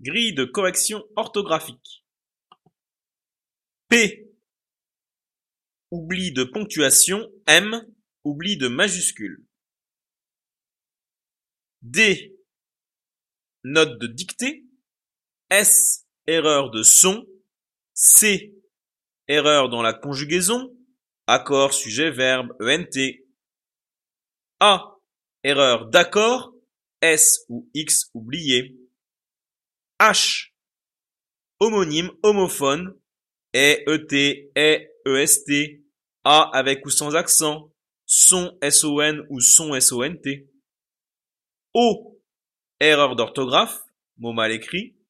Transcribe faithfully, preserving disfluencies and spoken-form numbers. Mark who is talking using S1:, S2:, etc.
S1: Grille de correction orthographique. P. Oubli de ponctuation. M. Oubli de majuscule. D. Note de dictée. S. Erreur de son. C. Erreur dans la conjugaison. Accord, sujet, verbe, E N T. A. Erreur d'accord. S ou X oublié. H. Homonyme, homophone. E, E-T, E, E-S-T. A avec ou sans accent. Son, S-O-N ou son, S-O-N-T. O. Erreur d'orthographe. Mot mal écrit.